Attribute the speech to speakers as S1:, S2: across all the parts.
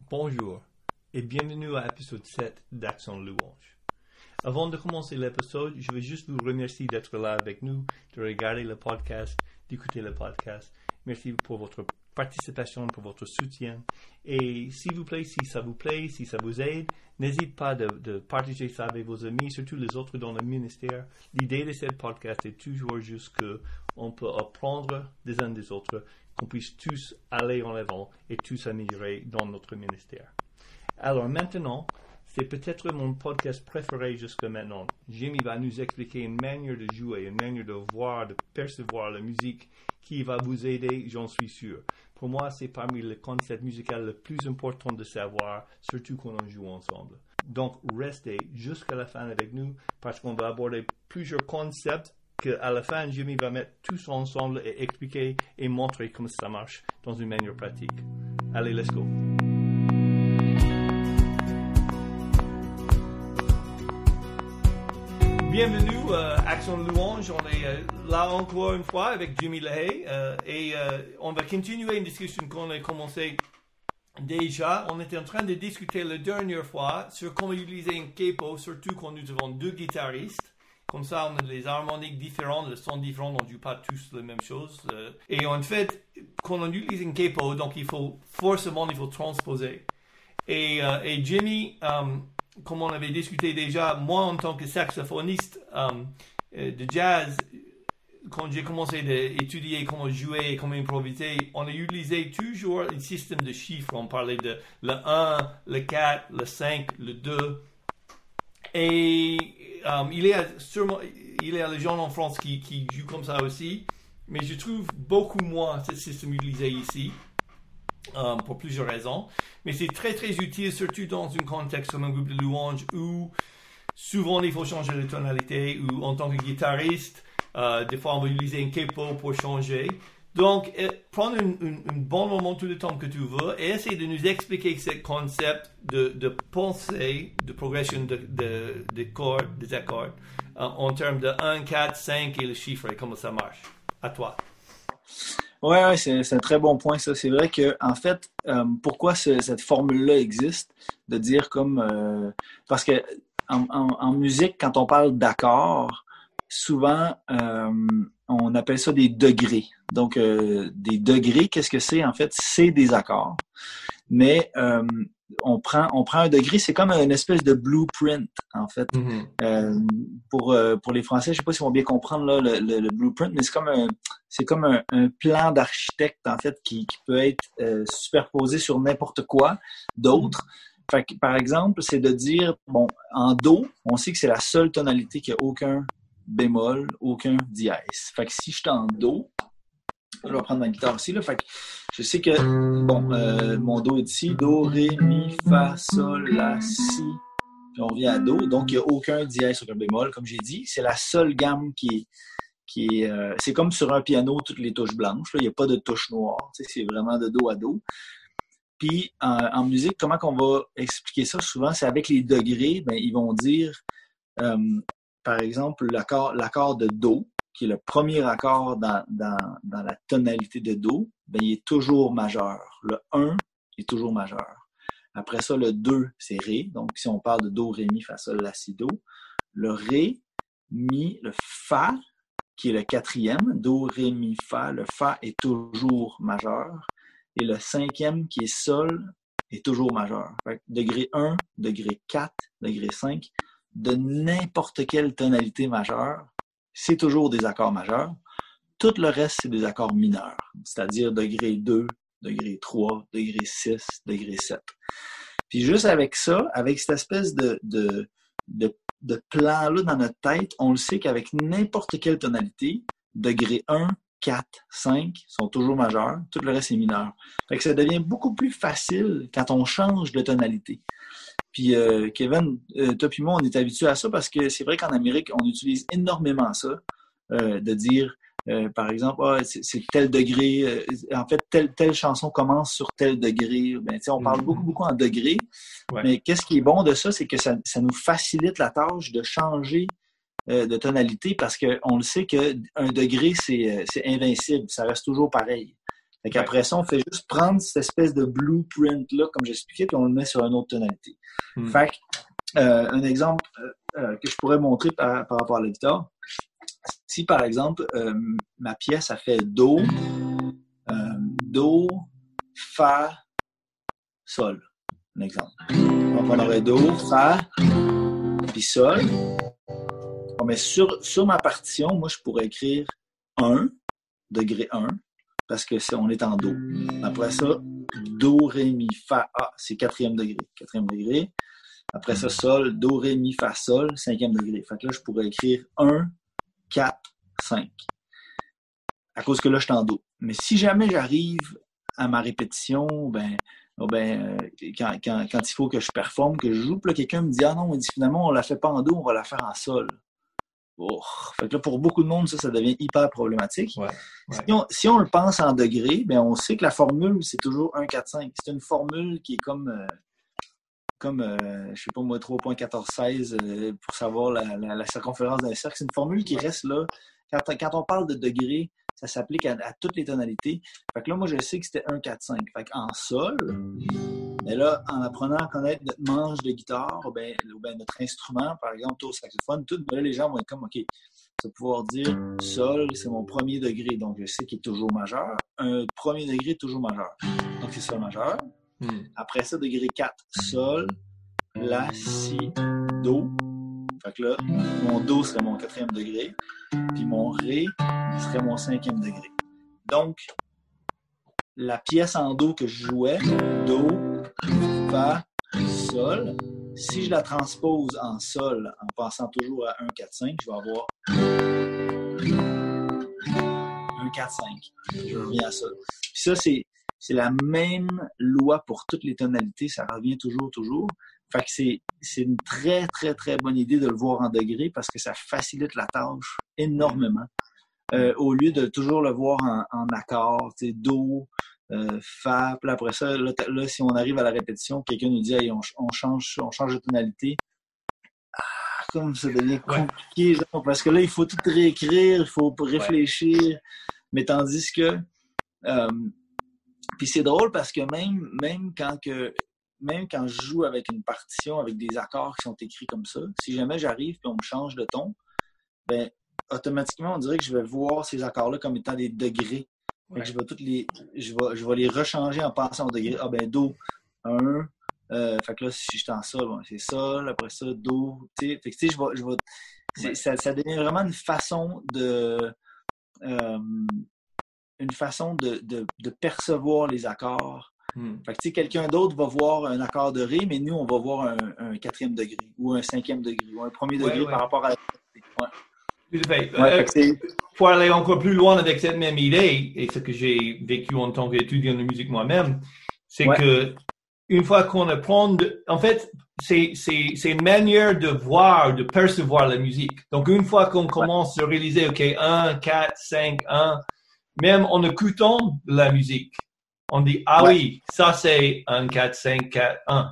S1: Bonjour et bienvenue à l'épisode 7 d'Action Louange. Avant de commencer l'épisode, je veux juste vous remercier d'être là avec nous, de regarder le podcast, d'écouter le podcast. Merci pour votre participation, pour votre soutien. Et s'il vous plaît, si ça vous plaît, si ça vous aide, n'hésitez pas de partager ça avec vos amis, surtout les autres dans le ministère. L'idée de ce podcast est toujours juste qu'on peut apprendre des uns des autres, qu'on puisse tous aller en avant et tous s'améliorer dans notre ministère. Alors maintenant, c'est peut-être mon podcast préféré jusqu'à maintenant. Jimmy va nous expliquer une manière de jouer, une manière de voir, de percevoir la musique qui va vous aider, j'en suis sûr. Pour moi, c'est parmi les concepts musicaux les plus importants de savoir, surtout quand on joue ensemble. Donc, restez jusqu'à la fin avec nous parce qu'on va aborder plusieurs concepts qu'à la fin, Jimmy va mettre tous ensemble et expliquer et montrer comment ça marche dans une manière pratique. Allez, let's go! Bienvenue à Action Louange. On est là encore une fois avec Jimmy Lahey et on va continuer une discussion qu'on a commencé déjà. On était en train de discuter la dernière fois sur comment utiliser un capo, surtout quand nous avons deux guitaristes. Comme ça, on a des harmoniques différentes, le son différent, on ne joue pas tous la même chose. Et en fait, quand on utilise un capo, donc il faut transposer. Et Jimmy, comme on avait discuté déjà, moi en tant que saxophoniste de jazz, quand j'ai commencé à étudier comment jouer et comment improviser, on a utilisé toujours un système de chiffres. On parlait de le 1, le 4, le 5, le 2. Et il y a des gens en France qui jouent comme ça aussi, mais je trouve beaucoup moins ce système utilisé ici. Pour plusieurs raisons, mais c'est très très utile, surtout dans un contexte comme un groupe de louanges où souvent il faut changer de tonalité, ou en tant que guitariste, des fois on va utiliser un capo pour changer. Donc, prendre un bon moment tout le temps que tu veux et essayer de nous expliquer ce concept de pensée, de progression des accords en termes de 1, 4, 5 et le chiffre et comment ça marche. À toi.
S2: Ouais, c'est un très bon point, ça. C'est vrai que, en fait, pourquoi cette formule-là existe, de dire comme... parce que en musique, quand on parle d'accords, souvent, on appelle ça des degrés. Donc, des degrés, qu'est-ce que c'est? En fait, c'est des accords. Mais on prend un degré, c'est comme une espèce de blueprint, en fait. Mm-hmm. Pour les Français, je sais pas s'ils vont bien comprendre là, le blueprint, mais c'est comme un plan d'architecte, en fait, qui peut être superposé sur n'importe quoi d'autre. Fait que, par exemple, c'est de dire, bon, en Do, on sait que c'est la seule tonalité qui a aucun bémol, aucun dièse. Fait que si je suis en Do, je vais prendre ma guitare aussi, là. Fait que je sais que, bon, mon Do est ici. Do, Ré, Mi, Fa, Sol, La, Si. Puis on revient à Do. Donc, il n'y a aucun dièse, aucun bémol, comme j'ai dit. C'est la seule gamme qui est c'est comme sur un piano, toutes les touches blanches. Là. Il n'y a pas de touches noires. Tu sais, c'est vraiment de Do à Do. Puis, en musique, comment qu'on va expliquer ça? Souvent, c'est avec les degrés. Ben, ils vont dire, par exemple, l'accord de Do, qui est le premier accord dans la tonalité de Do, ben, il est toujours majeur. Le 1 est toujours majeur. Après ça, le 2, c'est Ré. Donc, si on parle de Do, Ré, Mi, Fa, Sol, La, Si, Do. Le Ré, Mi, le Fa, qui est le quatrième. Do, Ré, Mi, Fa. Le Fa est toujours majeur. Et le cinquième, qui est Sol, est toujours majeur. Fait que degré 1, degré 4, degré 5, de n'importe quelle tonalité majeure, c'est toujours des accords majeurs. Tout le reste, c'est des accords mineurs, c'est-à-dire degré 2, degré 3, degré 6, degré 7. Puis juste avec ça, avec cette espèce de plan-là dans notre tête, on le sait qu'avec n'importe quelle tonalité, degré 1, 4, 5 sont toujours majeurs, tout le reste est mineur. Fait que ça devient beaucoup plus facile quand on change de tonalité. Puis Kevin, toi puis moi, on est habitués à ça parce que c'est vrai qu'en Amérique, on utilise énormément ça, de dire, par exemple, c'est tel degré, en fait, telle chanson commence sur tel degré. Ben, on parle beaucoup en degrés, ouais. Mais qu'est-ce qui est bon de ça, c'est que ça nous facilite la tâche de changer de tonalité parce qu'on le sait qu'un degré, c'est invincible, ça reste toujours pareil. Fait qu'après ça, on fait juste prendre cette espèce de blueprint-là, comme j'expliquais, puis on le met sur une autre tonalité. Fait que, un exemple que je pourrais montrer par rapport à la guitare, si par exemple, ma pièce a fait Do, Fa, Sol, un exemple. Donc, on aurait Do, Fa, puis Sol. Bon, mais sur ma partition, moi, je pourrais écrire 1, degré 1, parce que on est en Do. Après ça, Do, Ré, Mi, Fa, A, c'est 4e degré. Après ça, Sol, Do, Ré, Mi, Fa, Sol, 5e degré. Fait que là, je pourrais écrire 1, 4, 5. À cause que là, je suis en Do. Mais si jamais j'arrive à ma répétition, quand il faut que je performe, que je joue, puis là, quelqu'un me dit « Ah non, finalement, on la fait pas en Do, on va la faire en Sol. » Oh. Fait que là, pour beaucoup de monde, ça devient hyper problématique.
S1: Ouais.
S2: Si on le pense en degrés, on sait que la formule, c'est toujours 1, 4, 5. C'est une formule qui est comme je sais pas moi, 3.1416 pour savoir la circonférence d'un cercle. C'est une formule qui reste là. Quand on parle de degrés, ça s'applique à toutes les tonalités. Fait que là, moi, je sais que c'était 1, 4, 5. Fait qu'en Sol, mais là, en apprenant à connaître notre manche de guitare, ou notre instrument, par exemple, au saxophone, là, les gens vont être comme, OK, ça va pouvoir dire Sol, c'est mon premier degré. Donc, je sais qu'il est toujours majeur. Un premier degré est toujours majeur. Donc, c'est Sol majeur. Après ça, degré 4, Sol, La, Si, Do. Fait que là, mon Do serait mon 4e degré, puis mon Ré serait mon 5e degré. Donc, la pièce en Do que je jouais, Do, Fa, Sol, si je la transpose en Sol, en passant toujours à 1, 4, 5, je vais avoir 1, 4, 5. Je reviens à Sol. Puis ça, c'est la même loi pour toutes les tonalités, ça revient toujours. Fait que c'est une très, très, très bonne idée de le voir en degrés parce que ça facilite la tâche énormément. Au lieu de toujours le voir en accord, tu sais, Do, Fa, puis après ça, là, si on arrive à la répétition, quelqu'un nous dit hey, on change de tonalité. Comme ça devient compliqué, genre, parce que là, il faut tout réécrire, il faut réfléchir. Mais tandis que puis c'est drôle parce que même quand je joue avec une partition, avec des accords qui sont écrits comme ça, si jamais j'arrive et on me change de ton, automatiquement, on dirait que je vais voir ces accords-là comme étant des degrés. Fait que je vais les rechanger en pensant au degré. Do, 1. Fait que là, si je suis en Sol, c'est Sol, après ça, Do. Fait que tu sais, ça devient vraiment une façon de percevoir les accords. Fait que, tu sais, quelqu'un d'autre va voir un accord de Ré, mais nous, on va voir un 4e degré, ou un 5e degré, ou un 1er degré par rapport à la...
S1: Tout à fait. Pour aller encore plus loin avec cette même idée, et ce que j'ai vécu en tant qu'étudiant de musique moi-même, c'est que une fois qu'on apprend, en fait, c'est une manière de voir, de percevoir la musique. Donc, une fois qu'on commence à réaliser, OK, 1, 4, 5, 1, même en écoutant la musique, on dit, oui, ça c'est 1, 4, 5, 4, 1.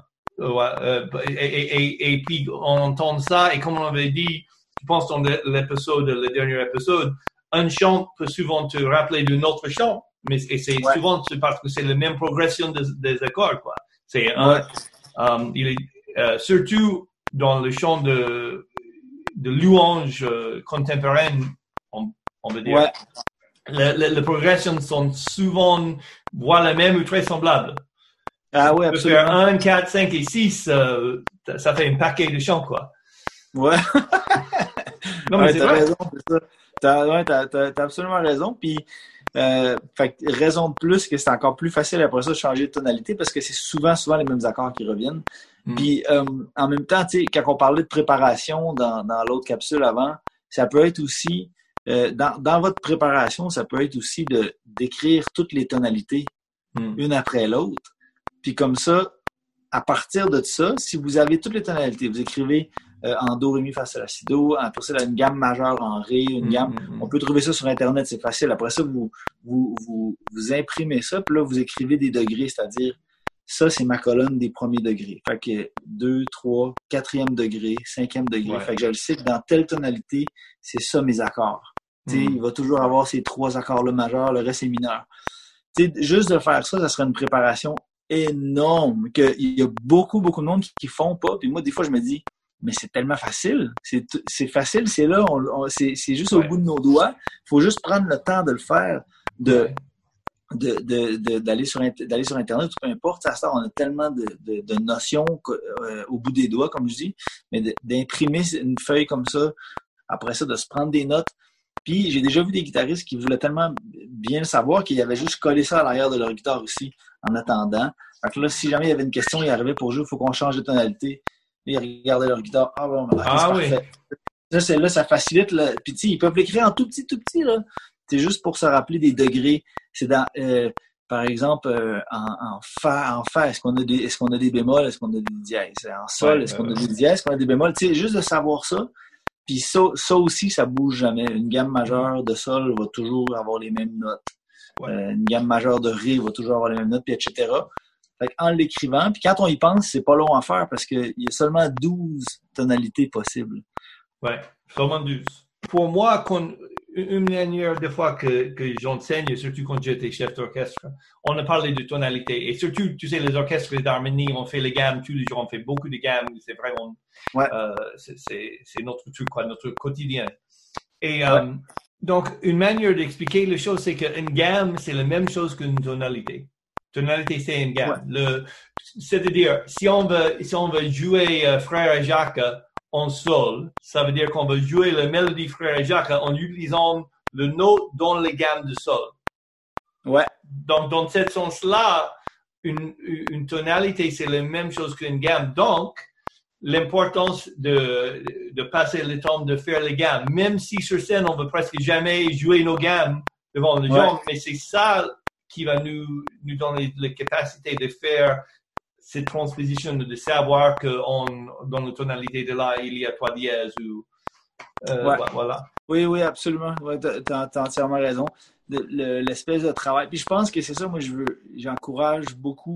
S1: Et puis, on entend ça, et comme on avait dit, je pense dans le dernier épisode, un chant peut souvent te rappeler d'un autre chant, mais c'est souvent parce que c'est la même progression des accords, quoi. C'est surtout dans le chant de louange contemporaine, on va dire. Ouais. Les progressions sont souvent la même ou très semblables.
S2: Ah oui, absolument.
S1: Faire 1, 4, 5 et 6, ça fait un paquet de chants, quoi.
S2: Ouais.
S1: Non, mais
S2: t'as raison, c'est ça. T'as absolument raison. Puis, raison de plus que c'est encore plus facile après ça de changer de tonalité parce que c'est souvent les mêmes accords qui reviennent. Puis, en même temps, tu sais, quand on parlait de préparation dans l'autre capsule avant, ça peut être aussi, dans votre préparation, ça peut être aussi d'écrire toutes les tonalités une après l'autre. Puis comme ça, à partir de ça, si vous avez toutes les tonalités, vous écrivez en Do, Ré, Mi, Fa, Sol, La, Si, Do, après ça, une gamme majeure en Ré, une gamme. On peut trouver ça sur Internet, c'est facile. Après ça, vous imprimez ça, puis là, vous écrivez des degrés, c'est-à-dire, ça, c'est ma colonne des premiers degrés. Fait que 2, 3, 4e degré, 5e degré. Ouais. Fait que je le sais que dans telle tonalité, c'est ça mes accords. Il va toujours avoir ces 3 accords-là majeurs, le reste est mineur. Tu sais, juste de faire ça serait une préparation énorme, qu'il y a beaucoup, beaucoup de monde qui font pas. Puis moi, des fois, je me dis, mais c'est tellement facile. C'est facile, c'est là, c'est juste au bout de nos doigts. Il faut juste prendre le temps de le faire, d'aller sur Internet, peu importe. À ça, on a tellement de notions au bout des doigts, comme je dis, mais d'imprimer une feuille comme ça, après ça, de se prendre des notes. Puis j'ai déjà vu des guitaristes qui voulaient tellement bien le savoir qu'ils avaient juste collé ça à l'arrière de leur guitare aussi, en attendant. Fait que là, si jamais il y avait une question, il arrivait pour jouer, il faut qu'on change de tonalité. Ils regardaient leur guitare. Ah bon, c'est parfait. Là, ça facilite. Là. Puis tu sais, ils peuvent l'écrire en tout petit, là. C'est juste pour se rappeler des degrés. C'est dans, par exemple, en fa, est-ce qu'on a des bémols, est-ce qu'on a des dièses? En sol, est-ce qu'on a des dièses, est-ce qu'on a des bémols? Tu sais, juste de savoir ça. Puis ça aussi, ça bouge jamais. Une gamme majeure de sol va toujours avoir les mêmes notes. Une gamme majeure de ré va toujours avoir les mêmes notes, puis etc. Fait qu'en l'écrivant, puis quand on y pense, c'est pas long à faire parce qu'il y a seulement 12 tonalités possibles.
S1: Ouais, seulement 12. Pour moi, une manière des fois que j'enseigne, surtout quand j'étais chef d'orchestre, on a parlé de tonalité. Et surtout, tu sais, les orchestres d'harmonie, on fait les gammes tous les jours, on fait beaucoup de gammes. C'est vraiment, c'est notre truc, quoi, notre quotidien. Et donc, une manière d'expliquer les choses, c'est qu'une gamme, c'est la même chose qu'une tonalité. Tonalité, c'est une gamme. C'est-à-dire, si on veut jouer Frère Jacques en sol, ça veut dire qu'on va jouer la mélodie Frère Jacques en utilisant le note dans les gammes de sol.
S2: Ouais.
S1: Donc, dans ce sens-là, une tonalité, c'est la même chose qu'une gamme. Donc, l'importance de passer le temps de faire les gammes, même si sur scène, on ne veut presque jamais jouer nos gammes devant les gens, mais c'est ça qui va nous donner la capacité de faire cette transposition, de savoir que dans la tonalité de là, il y a 3 dièses ou voilà.
S2: Oui, absolument. Ouais, t'as entièrement raison. L'espèce de travail. Puis je pense que c'est ça, moi j'encourage beaucoup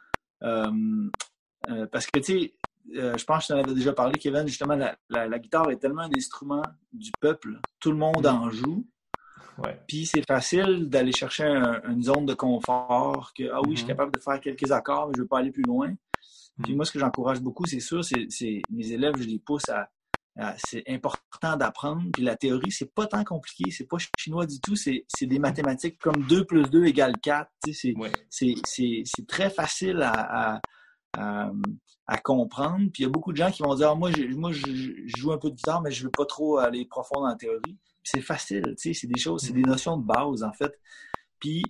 S2: parce que tu sais, je pense que je t'en avais déjà parlé, Kevin, justement, la guitare est tellement un instrument du peuple. Tout le monde en joue.
S1: Ouais.
S2: Puis c'est facile d'aller chercher une zone de confort que je suis capable de faire quelques accords, mais je ne veux pas aller plus loin. Puis moi, ce que j'encourage beaucoup, c'est sûr, c'est mes élèves, je les pousse à c'est important d'apprendre. Puis la théorie, c'est pas tant compliqué, c'est pas chinois du tout, c'est des mathématiques comme 2 plus 2 égale 4. Tu sais, c'est très facile à comprendre. Puis il y a beaucoup de gens qui vont dire moi je joue un peu de guitare, mais je veux pas trop aller profond dans la théorie. C'est facile, tu sais, c'est des choses, c'est des notions de base, en fait. Puis,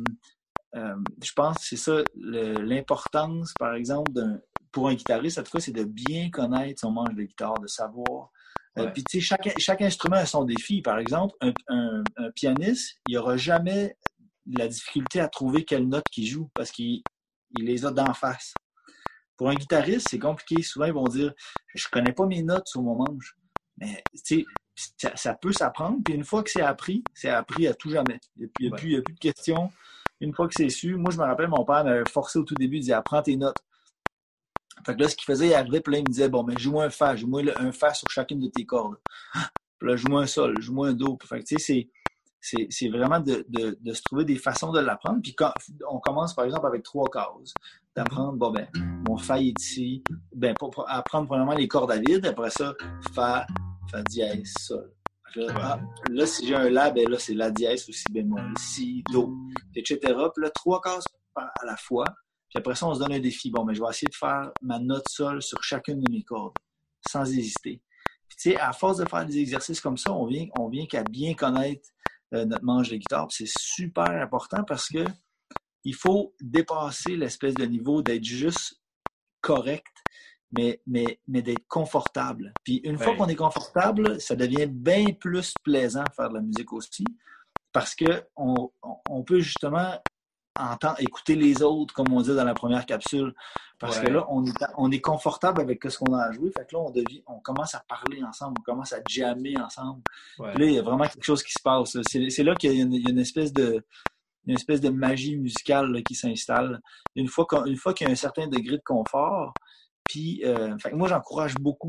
S2: je pense que c'est ça, l'importance, par exemple, pour un guitariste, en tout cas, c'est de bien connaître son manche de guitare, de savoir. Puis, tu sais, chaque instrument a son défi. Par exemple, un pianiste, il n'aura jamais la difficulté à trouver quelle note qu'il joue parce qu'il les a d'en face. Pour un guitariste, c'est compliqué. Souvent, ils vont dire « Je connais pas mes notes sur mon manche. » Mais, tu sais, ça peut s'apprendre, puis une fois que c'est appris à tout jamais. Il n'y a plus de questions. Une fois que c'est su, moi je me rappelle, mon père m'avait forcé au tout début, il disait apprends tes notes. Fait que là, ce qu'il faisait, il arrivait, puis là, il me disait bon, mais joue-moi un fa, joue-moi un fa sur chacune de tes cordes. Puis là, joue-moi un sol, joue-moi un do. Fait que tu sais, c'est vraiment de se trouver des façons de l'apprendre. Puis quand on commence par exemple avec 3 cases, d'apprendre, bon ben, mon fa est ici, ben pour apprendre premièrement les cordes à vide, après ça, fa dièse, sol. Là, si j'ai un la, ben là, c'est la dièse ou si bémol, si, do, etc. Puis là, 3 cases à la fois. Puis après ça, on se donne un défi. Bon, ben, je vais essayer de faire ma note sol sur chacune de mes cordes, sans hésiter. Puis tu sais, à force de faire des exercices comme ça, on vient qu'à bien connaître notre manche de guitare. Puis c'est super important parce que il faut dépasser l'espèce de niveau d'être juste correct, mais d'être confortable. Puis une fois qu'on est confortable, ça devient bien plus plaisant de faire de la musique aussi, parce que on peut justement écouter les autres, comme on dit dans la première capsule, parce que là, on est confortable avec ce qu'on a à jouer, fait que là, on commence à parler ensemble, on commence à jammer ensemble. Puis là, il y a vraiment quelque chose qui se passe. C'est là qu'il y a une espèce de magie musicale là, qui s'installe. Une fois qu'il y a un certain degré de confort, puis moi, j'encourage beaucoup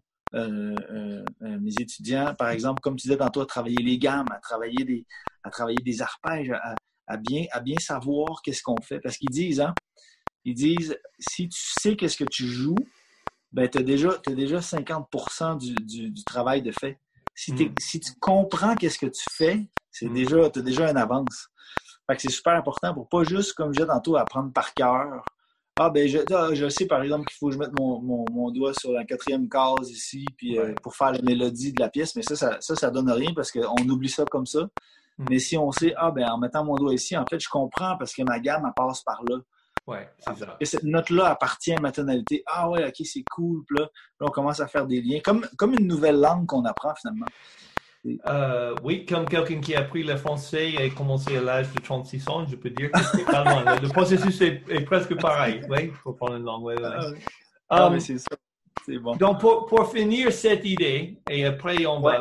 S2: mes étudiants, par exemple, comme tu disais tantôt, à travailler les gammes, à travailler des arpèges, à bien savoir qu'est-ce qu'on fait. Parce qu'ils disent, si tu sais qu'est-ce que tu joues, ben t'as déjà 50% du travail de fait. Si tu comprends qu'est-ce que tu fais, t'as déjà une avance. Fait que c'est super important pour pas juste, comme je disais tantôt, apprendre par cœur. Je sais par exemple qu'il faut que je mette mon doigt sur la 4e case ici puis pour faire la mélodie de la pièce, mais ça donne rien parce qu'on oublie ça comme ça. Mais si on sait, en mettant mon doigt ici, en fait, je comprends parce que ma gamme, elle passe par là.
S1: Ouais, c'est ça.
S2: Et cette note-là appartient à ma tonalité. Ah ouais, ok, c'est cool. Puis là, on commence à faire des liens. Comme une nouvelle langue qu'on apprend finalement.
S1: Oui, comme quelqu'un qui a appris le français et commencé à l'âge de 36 ans, je peux dire que c'est pas loin. Le processus est presque pareil, oui, pour prendre une langue. Ouais.
S2: Mais c'est ça, c'est bon.
S1: Donc, pour finir cette idée, et après,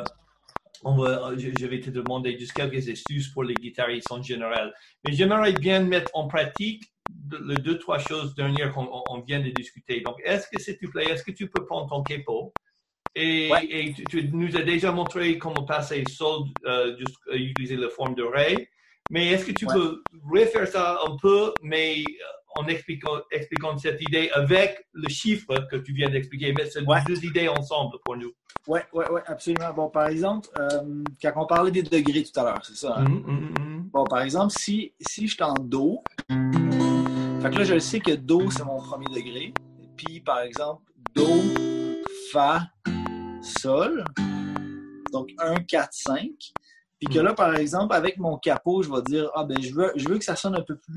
S1: je vais te demander juste quelques astuces pour les guitaristes en général. Mais j'aimerais bien mettre en pratique les 2-3 choses dernières qu'on vient de discuter. Donc, s'il te plaît, est-ce que tu peux prendre ton capo? Et tu nous as déjà montré comment passer sol, juste utiliser la forme de ré. Mais est-ce que tu peux refaire ça un peu, mais en expliquant cette idée avec le chiffre que tu viens d'expliquer, mettre ces deux idées ensemble pour nous?
S2: Oui, absolument. Bon, par exemple, quand on parlait des degrés tout à l'heure, c'est ça? Hein? Bon, par exemple, si je suis en Do, fait que là, je sais que Do, c'est mon premier degré. Puis, par exemple, Do, Fa, Sol. Donc, 1, 4, 5. Puis que là, par exemple, avec mon capot, je vais dire, je veux que ça sonne un peu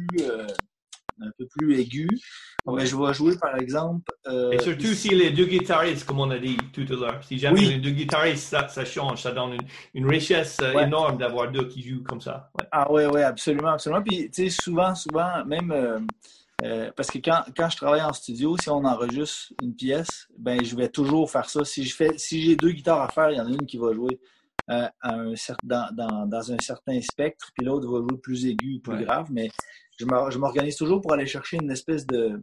S2: plus aigu. Ben, je vais jouer, par exemple...
S1: et surtout si les deux guitaristes, comme on a dit tout à l'heure, si jamais les deux guitaristes, ça change, ça donne une richesse énorme d'avoir deux qui jouent comme ça. Ouais.
S2: Ah oui, absolument. Puis, tu sais, souvent, même... parce que quand je travaille en studio, si on enregistre une pièce, ben je vais toujours faire ça. Si j'ai 2 guitares à faire, il y en a une qui va jouer dans un certain spectre, puis l'autre va jouer plus aigu, plus grave, mais je m'organise toujours pour aller chercher une espèce de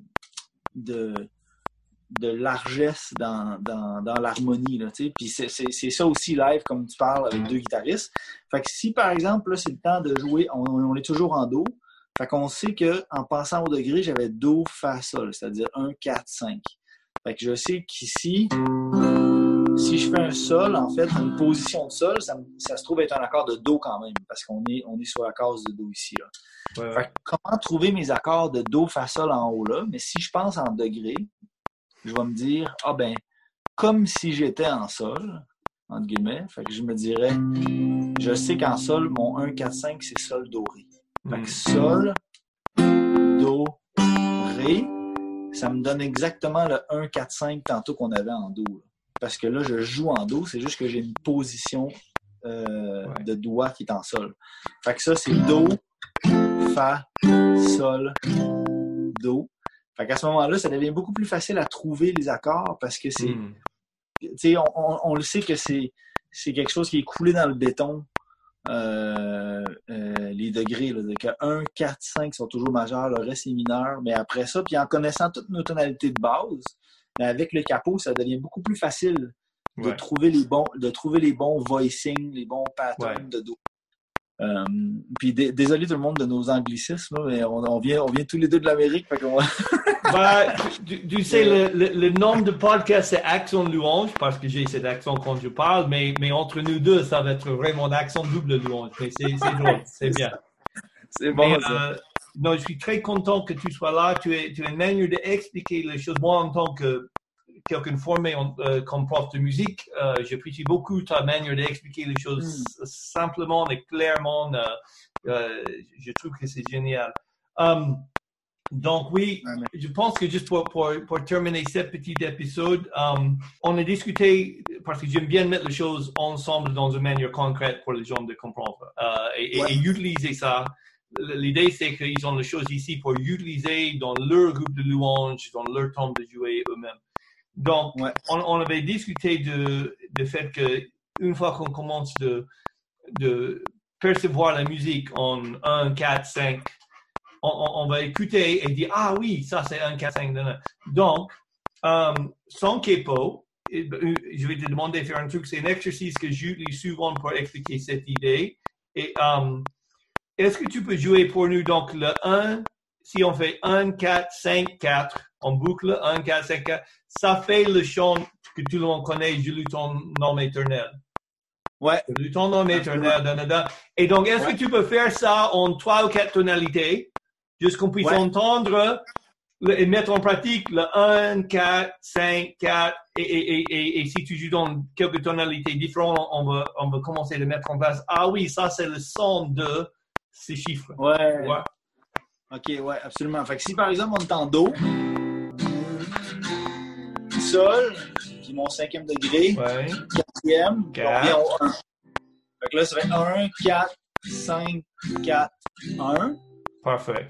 S2: largesse dans l'harmonie, là, tu sais. Puis c'est ça aussi live, comme tu parles, avec 2 guitaristes. Fait que si, par exemple, là, c'est le temps de jouer, on est toujours en Do. Fait qu'on sait qu'en passant au degré, j'avais Do, Fa, Sol, c'est-à-dire 1, 4, 5. Fait que je sais qu'ici, si je fais un Sol, en fait, une position de Sol, ça se trouve être un accord de Do quand même, parce qu'on est sur la case de Do ici, là. Fait que comment trouver mes accords de Do, Fa, Sol en haut là? Mais si je pense en degré, je vais me dire, comme si j'étais en Sol, entre guillemets, fait que je me dirais, je sais qu'en Sol, mon 1, 4, 5, c'est Sol, Do, Ré. Fait que Sol, Do, Ré, ça me donne exactement le 1, 4, 5 tantôt qu'on avait en Do. Là. Parce que là, je joue en Do, c'est juste que j'ai une position de doigt qui est en Sol. Fait que ça, c'est Do, Fa, Sol, Do. Fait qu'à ce moment-là, ça devient beaucoup plus facile à trouver les accords parce que c'est... Tu sais, on le sait que c'est quelque chose qui est coulé dans le béton. Les degrés, là, que 1, 4, 5 sont toujours majeurs, le reste est mineur, mais après ça, puis en connaissant toutes nos tonalités de base, avec le capot, ça devient beaucoup plus facile de trouver les bons voicings, les bons patterns de Do. Puis désolé tout le monde de nos anglicismes, mais on vient tous les deux de l'Amérique, fait qu'on
S1: tu sais, le nom de podcast, c'est Accent Louange, parce que j'ai cet accent quand je parle, mais entre nous deux, ça va être vraiment d'accent double louange. Mais c'est drôle, c'est bien.
S2: C'est bon, ça.
S1: Non, je suis très content que tu sois là. Tu as une manière d'expliquer les choses. Moi, en tant que quelqu'un formé comme prof de musique, j'apprécie beaucoup ta manière d'expliquer les choses simplement et clairement. Je trouve que c'est génial. Donc oui, je pense que juste pour terminer ce petit épisode, on a discuté, parce que j'aime bien mettre les choses ensemble dans une manière concrète pour les gens de comprendre et utiliser ça. L'idée, c'est qu'ils ont les choses ici pour utiliser dans leur groupe de louanges, dans leur temps de jouer eux-mêmes. Donc, on avait discuté du fait qu'une fois qu'on commence de percevoir la musique en 1, 4, 5, on va écouter et dire, ah oui, ça c'est 1, 4, 5. Donc, sans capo, je vais te demander de faire un truc, c'est un exercice que j'utilise souvent pour expliquer cette idée. Et est-ce que tu peux jouer pour nous donc le 1, si on fait 1, 4, 5, 4 en boucle, 1, 4, 5, 4, ça fait le chant que tout le monde connaît, je loue ton nom éternel.
S2: Ouais.
S1: Je loue ton nom éternel. Et donc, est-ce que tu peux faire ça en 3 ou 4 tonalités, juste qu'on puisse entendre et mettre en pratique le 1, 4, 5, 4, et si tu joues dans quelques tonalités différentes, on va commencer à mettre en place. Ah oui, ça c'est le son de ces chiffres.
S2: Ouais. Ok, ouais, absolument. Fait que si par exemple on est en Do, Sol, puis mon 5e degré, 4e, on vient au 1. Fait que là, ça fait 1, 4, 5, 4, 1.
S1: Parfait.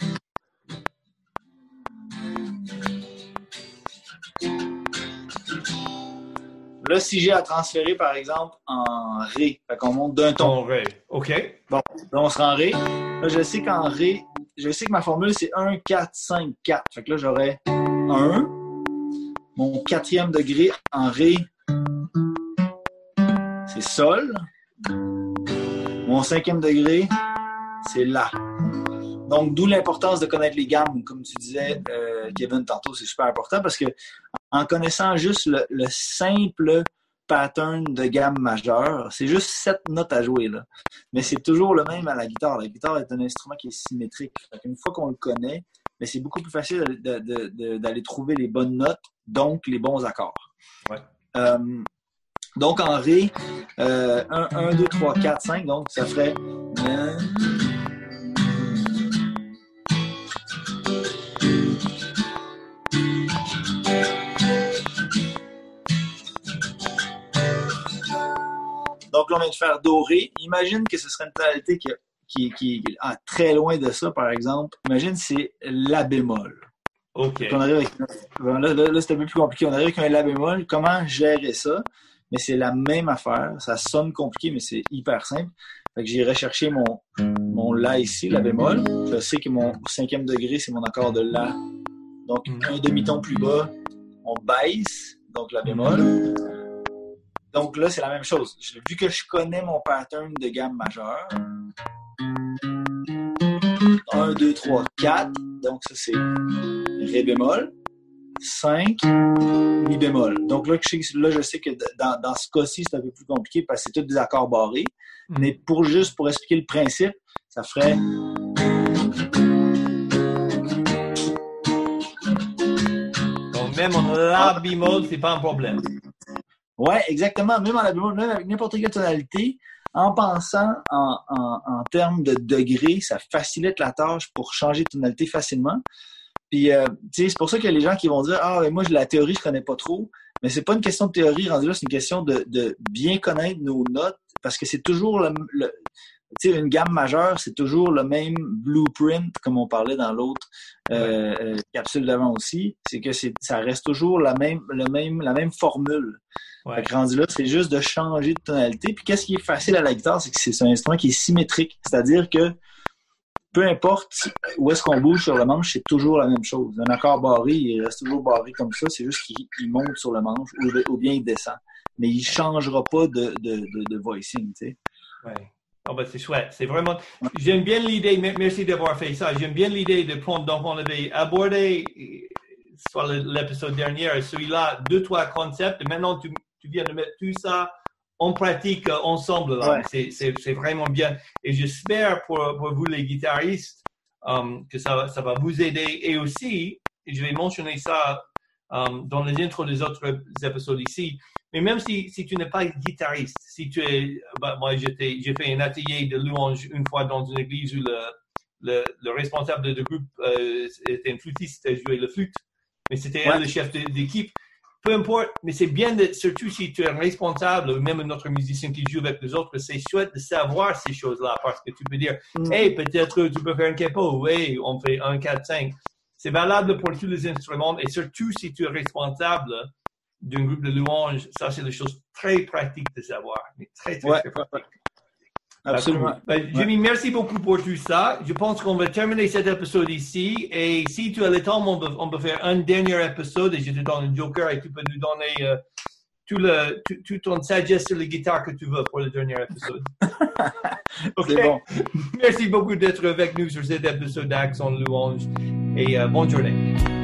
S2: Là, si j'ai à transférer, par exemple, en Ré, fait qu'on monte d'un ton.
S1: En Ré, OK.
S2: Bon, là, on sera en Ré. Là, je sais qu'en Ré, je sais que ma formule, c'est 1, 4, 5, 4. Fait que là, j'aurais 1. Mon 4e degré en Ré, c'est Sol. Mon 5e degré, c'est La. Donc, d'où l'importance de connaître les gammes. Comme tu disais, Kevin, tantôt, c'est super important parce que en connaissant juste le simple pattern de gamme majeure, c'est juste 7 notes à jouer, là. Mais c'est toujours le même à la guitare. La guitare est un instrument qui est symétrique. Une fois qu'on le connaît, mais c'est beaucoup plus facile d'aller trouver les bonnes notes, donc les bons accords.
S1: Ouais.
S2: Donc, en Ré, 1, 2, 3, 4, 5, donc ça ferait... Donc là, on vient de faire Doré. Imagine que ce serait une tonalité qui est très loin de ça, par exemple. Imagine c'est La bémol.
S1: OK.
S2: Donc on arrive avec... Là, c'est un peu plus compliqué. On arrive avec un La bémol. Comment gérer ça? Mais c'est la même affaire. Ça sonne compliqué, mais c'est hyper simple. Fait que j'irai chercher mon La ici, La bémol. Je sais que mon 5e degré, c'est mon accord de La. Donc, un demi-ton plus bas, on baisse, donc La bémol. Donc là, c'est la même chose. Vu que je connais mon pattern de gamme majeure, 1, 2, 3, 4, donc ça c'est Ré bémol, 5, Mi bémol. Donc là, je sais que dans ce cas-ci, c'est un peu plus compliqué parce que c'est tous des accords barrés. Mais pour expliquer le principe, ça ferait...
S1: Donc même en La bémol, c'est pas un problème.
S2: Ouais, exactement. Même en La bémol, même avec n'importe quelle tonalité, en pensant en termes de degrés, ça facilite la tâche pour changer de tonalité facilement. Puis, tu sais, c'est pour ça qu'il y a les gens qui vont dire « Ah, mais moi, la théorie, je connais pas trop. » Mais c'est pas une question de théorie, rendu là, c'est une question de bien connaître nos notes, parce que c'est toujours tu sais, une gamme majeure, c'est toujours le même blueprint, comme on parlait dans l'autre capsule d'avant aussi. C'est que ça reste toujours la même formule. Ouais. Fait que rendu là, c'est juste de changer de tonalité. Puis qu'est-ce qui est facile à la guitare, c'est que c'est un instrument qui est symétrique. C'est-à-dire que peu importe où est-ce qu'on bouge sur le manche, c'est toujours la même chose. Un accord barré, il reste toujours barré comme ça. C'est juste qu'il monte sur le manche ou bien il descend. Mais il ne changera pas de voicing, tu sais.
S1: Ouais. Oh ben c'est chouette. C'est vraiment... J'aime bien l'idée, merci d'avoir fait ça. J'aime bien l'idée de prendre, donc on avait abordé, soit l'épisode dernier, celui-là, 2-3 concepts. Et maintenant, tu viens de mettre tout ça en pratique ensemble. Là. Ouais. C'est vraiment bien. Et j'espère pour vous les guitaristes que ça va vous aider. Et aussi, je vais mentionner ça dans les intros des autres épisodes ici, mais même si tu n'es pas guitariste, si tu es... moi, j'ai fait un atelier de louange une fois dans une église où le responsable de groupe était un flûtiste, jouait le flûte, mais c'était elle le chef d'équipe. Peu importe, mais c'est bien, surtout si tu es responsable, ou même notre musicien qui joue avec les autres, c'est chouette de savoir ces choses-là, parce que tu peux dire, hey, peut-être tu peux faire un capo, hey, on fait 1, 4, 5. C'est valable pour tous les instruments, et surtout si tu es responsable d'un groupe de louanges, ça c'est des choses très pratiques de savoir, mais très pratique.
S2: Absolument.
S1: Jimmy, merci beaucoup pour tout ça. Je pense qu'on va terminer cet épisode ici. Et si tu as le temps, on peut faire un dernier épisode et je te donne un joker et tu peux nous donner tout ton sagesse sur les guitares que tu veux pour le dernier épisode. OK.
S2: C'est bon.
S1: Merci beaucoup d'être avec nous sur cet épisode d'Accent Louange et bonne journée.